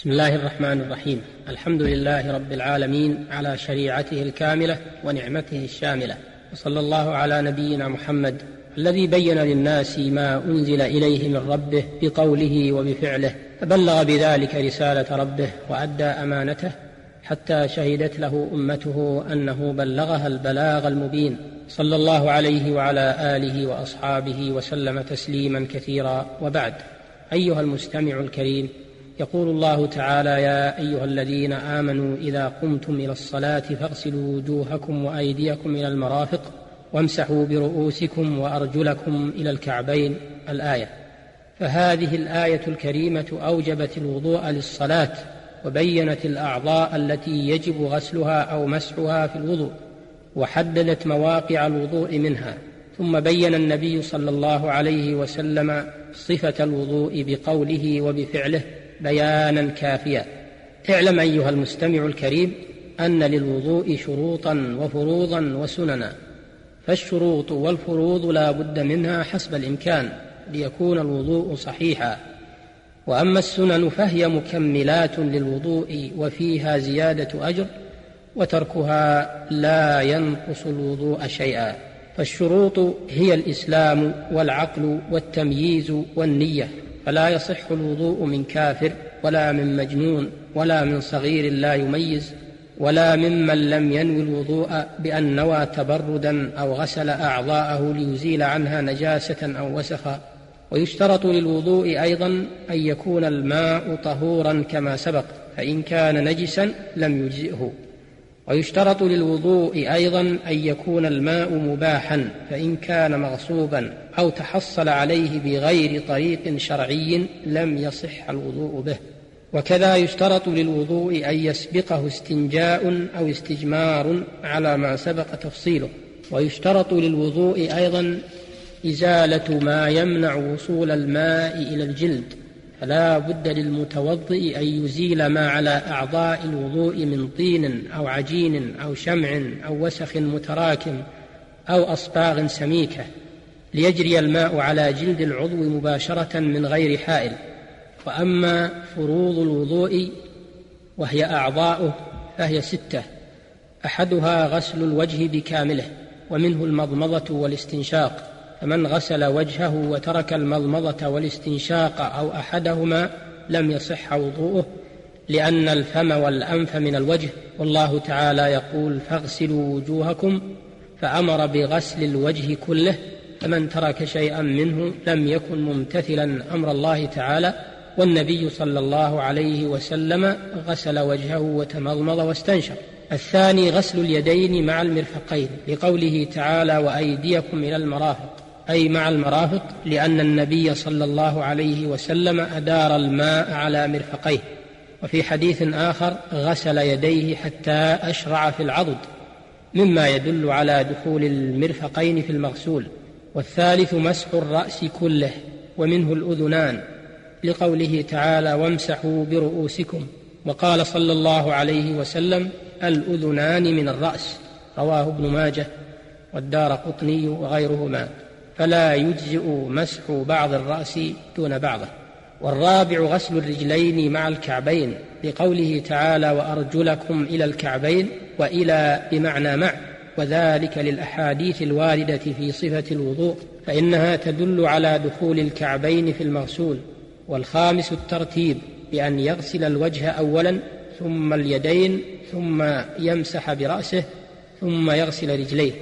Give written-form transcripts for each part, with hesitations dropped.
بسم الله الرحمن الرحيم. الحمد لله رب العالمين على شريعته الكاملة ونعمته الشاملة، وصلى الله على نبينا محمد الذي بين للناس ما أنزل إليه من ربه بقوله وبفعله، فبلغ بذلك رسالة ربه وأدى أمانته حتى شهدت له أمته أنه بلغها البلاغ المبين، صلى الله عليه وعلى آله وأصحابه وسلم تسليما كثيرا. وبعد، أيها المستمع الكريم، يقول الله تعالى: يا أيها الذين آمنوا إذا قمتم إلى الصلاة فاغسلوا وجوهكم وأيديكم إلى المرافق وامسحوا برؤوسكم وأرجلكم إلى الكعبين. الآية. فهذه الآية الكريمة أوجبت الوضوء للصلاة، وبينت الأعضاء التي يجب غسلها أو مسحها في الوضوء، وحددت مواقع الوضوء منها. ثم بين النبي صلى الله عليه وسلم صفة الوضوء بقوله وبفعله بيانا كافيا. اعلم أيها المستمع الكريم أن للوضوء شروطا وفروضا وسننا، فالشروط والفروض لا بد منها حسب الإمكان ليكون الوضوء صحيحا، وأما السنن فهي مكملات للوضوء وفيها زيادة أجر، وتركها لا ينقص الوضوء شيئا. فالشروط هي الإسلام والعقل والتمييز والنية، فلا يصح الوضوء من كافر ولا من مجنون ولا من صغير لا يميز، ولا ممن لم ينوي الوضوء بأن نوى تبردا أو غسل أعضاءه ليزيل عنها نجاسة أو وسخا. ويشترط للوضوء أيضا أن يكون الماء طهورا كما سبق، فإن كان نجسا لم يجزئه. ويشترط للوضوء أيضا أن يكون الماء مباحا، فإن كان مغصوبا أو تحصل عليه بغير طريق شرعي لم يصح الوضوء به. وكذا يشترط للوضوء أن يسبقه استنجاء أو استجمار على ما سبق تفصيله. ويشترط للوضوء أيضا إزالة ما يمنع وصول الماء إلى الجلد، فلا بد للمتوضئ أن يزيل ما على أعضاء الوضوء من طين أو عجين أو شمع أو وسخ متراكم أو أصباغ سميكة، ليجري الماء على جلد العضو مباشرة من غير حائل. وأما فروض الوضوء وهي أعضاؤه فهي 6: أحدها غسل الوجه بكامله، ومنه المضمضة والاستنشاق، فمن غسل وجهه وترك المضمضة والاستنشاق أو أحدهما لم يصح وضوءه، لأن الفم والأنف من الوجه، والله تعالى يقول: فاغسلوا وجوهكم، فأمر بغسل الوجه كله، فمن ترك شيئا منه لم يكن ممتثلا أمر الله تعالى. والنبي صلى الله عليه وسلم غسل وجهه وتمضمض واستنشق. الثاني غسل اليدين مع المرفقين، لقوله تعالى: وأيديكم إلى المرافق، أي مع المرافق، لأن النبي صلى الله عليه وسلم أدار الماء على مرفقيه. وفي حديث آخر: غسل يديه حتى أشرع في العضد، مما يدل على دخول المرفقين في المغسول. والثالث مسح الرأس كله، ومنه الأذنان، لقوله تعالى: وامسحوا برؤوسكم. وقال صلى الله عليه وسلم: الأذنان من الرأس، رواه ابن ماجه والدارقطني وغيرهما، فلا يجزئ مسح بعض الرأس دون بعضه. والرابع غسل الرجلين مع الكعبين، لقوله تعالى: وأرجلكم إلى الكعبين، وإلى بمعنى مع، وذلك للأحاديث الواردة في صفة الوضوء، فإنها تدل على دخول الكعبين في المغسول. والخامس الترتيب، بأن يغسل الوجه أولا ثم اليدين ثم يمسح برأسه ثم يغسل رجليه،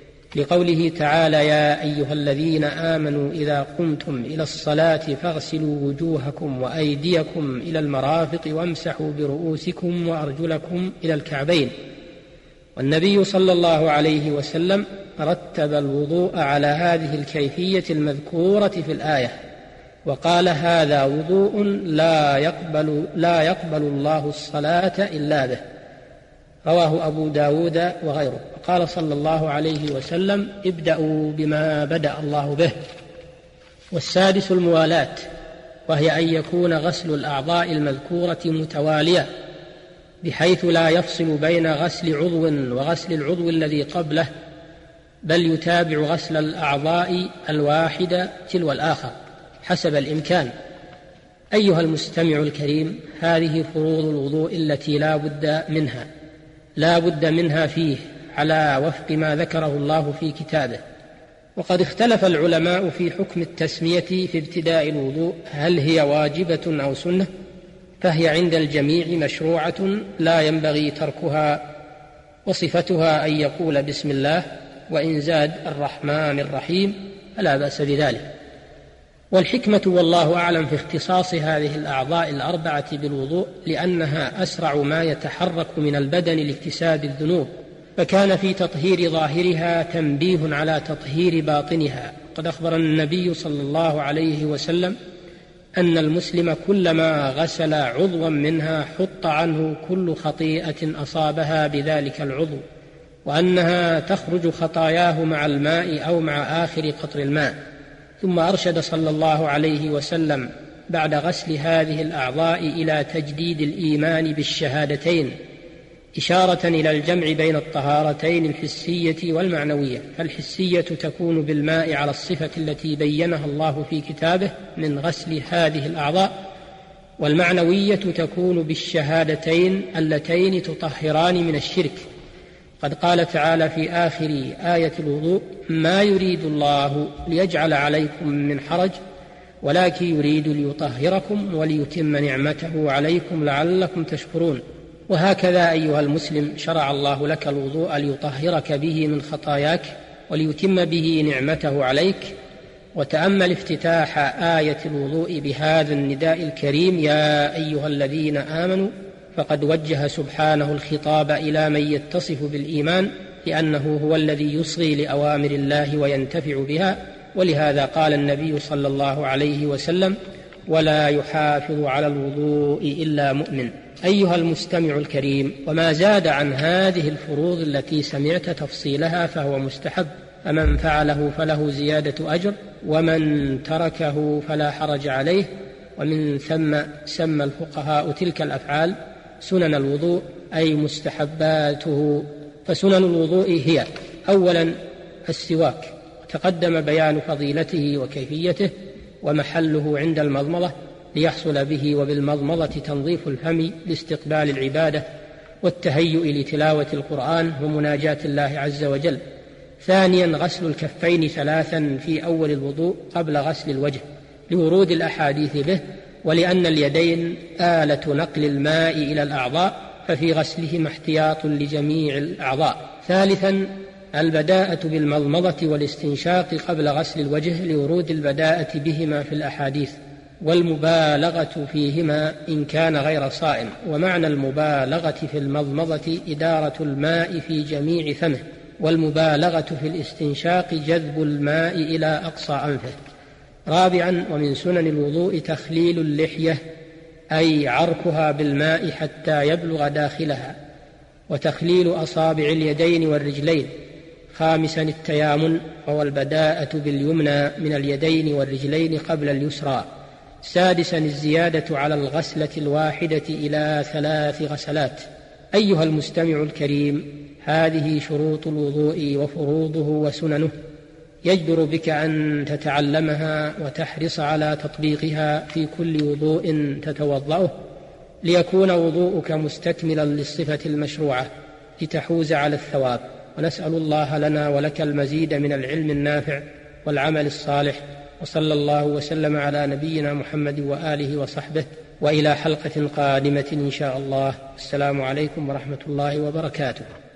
لقوله تعالى: يا أيها الذين آمنوا إذا قمتم إلى الصلاة فاغسلوا وجوهكم وأيديكم إلى المرافق وامسحوا برؤوسكم وأرجلكم إلى الكعبين. والنبي صلى الله عليه وسلم رتب الوضوء على هذه الكيفية المذكورة في الآية، وقال: هذا وضوء لا يقبل الله الصلاة إلا به، رواه أبو داود وغيره. وقال صلى الله عليه وسلم: ابدأوا بما بدأ الله به. والسادس الموالاة، وهي أن يكون غسل الأعضاء المذكورة متوالية، بحيث لا يفصل بين غسل عضو وغسل العضو الذي قبله، بل يتابع غسل الأعضاء الواحدة تلو الآخر حسب الإمكان. أيها المستمع الكريم، هذه فروض الوضوء التي لا بد منها فيه على وفق ما ذكره الله في كتابه. وقد اختلف العلماء في حكم التسمية في ابتداء الوضوء، هل هي واجبة أو سنة؟ فهي عند الجميع مشروعة لا ينبغي تركها، وصفتها أن يقول بسم الله، وإن زاد الرحمن الرحيم فلا بأس بذلك. والحكمة والله أعلم في اختصاص هذه الأعضاء الأربعة بالوضوء لأنها أسرع ما يتحرك من البدن لاجتساد الذنوب، فكان في تطهير ظاهرها تنبيه على تطهير باطنها. قد أخبر النبي صلى الله عليه وسلم أن المسلم كلما غسل عضوا منها حط عنه كل خطيئة أصابها بذلك العضو، وأنها تخرج خطاياه مع الماء أو مع آخر قطر الماء. ثم أرشد صلى الله عليه وسلم بعد غسل هذه الأعضاء إلى تجديد الإيمان بالشهادتين، إشارة إلى الجمع بين الطهارتين الحسية والمعنوية. فالحسية تكون بالماء على الصفة التي بينها الله في كتابه من غسل هذه الأعضاء، والمعنوية تكون بالشهادتين اللتين تطهران من الشرك. قد قال تعالى في آخر آية الوضوء: ما يريد الله ليجعل عليكم من حرج ولكن يريد ليطهركم وليتم نعمته عليكم لعلكم تشكرون. وهكذا أيها المسلم شرع الله لك الوضوء ليطهرك به من خطاياك وليتم به نعمته عليك. وتأمل افتتاح آية الوضوء بهذا النداء الكريم: يا أيها الذين آمنوا، فقد وجه سبحانه الخطاب إلى من يتصف بالإيمان، لأنه هو الذي يصغي لأوامر الله وينتفع بها. ولهذا قال النبي صلى الله عليه وسلم: ولا يحافظ على الوضوء إلا مؤمن. أيها المستمع الكريم، وما زاد عن هذه الفروض التي سمعت تفصيلها فهو مستحب، فمن فعله فله زيادة أجر، ومن تركه فلا حرج عليه. ومن ثم سمى الفقهاء تلك الأفعال سنن الوضوء، أي مستحباته. فسنن الوضوء هي: أولا السواك، تقدم بيان فضيلته وكيفيته ومحله عند المضمضة ليحصل به وبالمضمضة تنظيف الفم لاستقبال العبادة والتهيؤ لتلاوة القرآن ومناجاة الله عز وجل. ثانيا غسل الكفين 3 في أول الوضوء قبل غسل الوجه لورود الأحاديث به، ولأن اليدين آلة نقل الماء إلى الأعضاء، ففي غسلهما احتياط لجميع الأعضاء. ثالثا البداءة بالمضمضة والاستنشاق قبل غسل الوجه لورود البداءة بهما في الأحاديث، والمبالغة فيهما إن كان غير صائم. ومعنى المبالغة في المضمضة إدارة الماء في جميع فمه، والمبالغة في الاستنشاق جذب الماء إلى أقصى أنفه. رابعا ومن سنن الوضوء تخليل اللحية، أي عركها بالماء حتى يبلغ داخلها، وتخليل أصابع اليدين والرجلين. خامسا التيامن، وهو البداءة باليمنى من اليدين والرجلين قبل اليسرى. سادسا الزيادة على الغسلة الواحدة إلى 3 غسلات. أيها المستمع الكريم، هذه شروط الوضوء وفروضه وسننه، يجدر بك أن تتعلمها وتحرص على تطبيقها في كل وضوء تتوضأه، ليكون وضوءك مستكملا للصفة المشروعة لتحوز على الثواب. ونسأل الله لنا ولك المزيد من العلم النافع والعمل الصالح، وصلى الله وسلم على نبينا محمد وآله وصحبه، وإلى حلقة قادمة إن شاء الله. السلام عليكم ورحمة الله وبركاته.